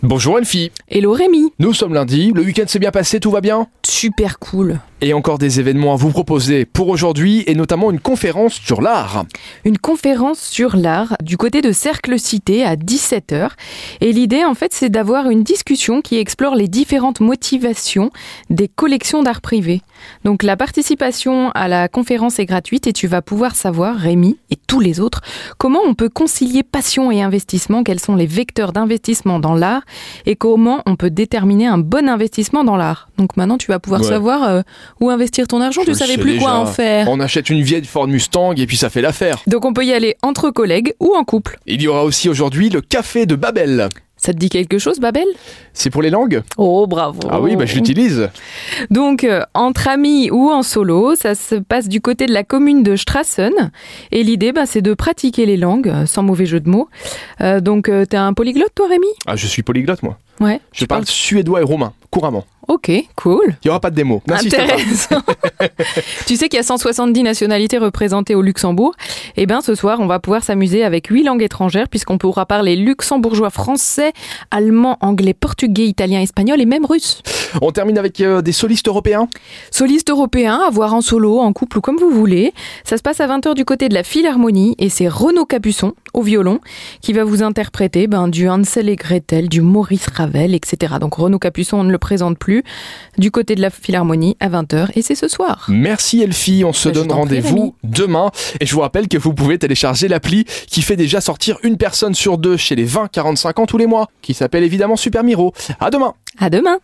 Bonjour Anne-Fille. Hello Rémi. Nous sommes lundi, le week-end s'est bien passé, tout va bien ? Super cool. Et encore des événements à vous proposer pour aujourd'hui, et notamment une conférence sur l'art. Une conférence sur l'art du côté de Cercle Cité à 17h. Et l'idée, en fait, c'est d'avoir une discussion qui explore les différentes motivations des collections d'art privé. Donc la participation à la conférence est gratuite et tu vas pouvoir savoir, Rémi et tous les autres, comment on peut concilier passion et investissement, quels sont les vecteurs d'investissement dans l'art et comment on peut déterminer un bon investissement dans l'art. Donc maintenant, tu vas pouvoir savoir où investir ton argent, tu savais plus quoi en faire. On achète une vieille Ford Mustang et puis ça fait l'affaire. Donc on peut y aller entre collègues ou en couple. Il y aura aussi aujourd'hui le café de Babel. Ça te dit quelque chose, Babel ? C'est pour les langues ? Oh, bravo. Ah oui, je l'utilise. Donc, entre amis ou en solo, ça se passe du côté de la commune de Strassen. Et l'idée, c'est de pratiquer les langues, sans mauvais jeu de mots. Donc, t'es un polyglotte, toi, Rémi ? Ah, je suis polyglotte, moi. Ouais. Je parle suédois et roumain, couramment. Ok, cool. Il n'y aura pas de démo. Intéressant. Tu sais qu'il y a 170 nationalités représentées au Luxembourg. Et ce soir, on va pouvoir s'amuser avec 8 langues étrangères puisqu'on pourra parler luxembourgeois, français, allemand, anglais, portugais, italien, espagnol et même russe. On termine avec des solistes européens. Solistes européens, à voir en solo, en couple ou comme vous voulez. Ça se passe à 20h du côté de la Philharmonie et c'est Renaud Capuçon au violon qui va vous interpréter du Hansel et Gretel, du Maurice Ravel, etc. Donc Renaud Capuçon, on ne le présente plus, du côté de la Philharmonie à 20h et c'est ce soir. Merci Elfie, on se donne rendez-vous demain et je vous rappelle que vous pouvez télécharger l'appli qui fait déjà sortir une personne sur deux chez les 20-45 ans tous les mois, qui s'appelle évidemment Super Miro. À demain. À demain.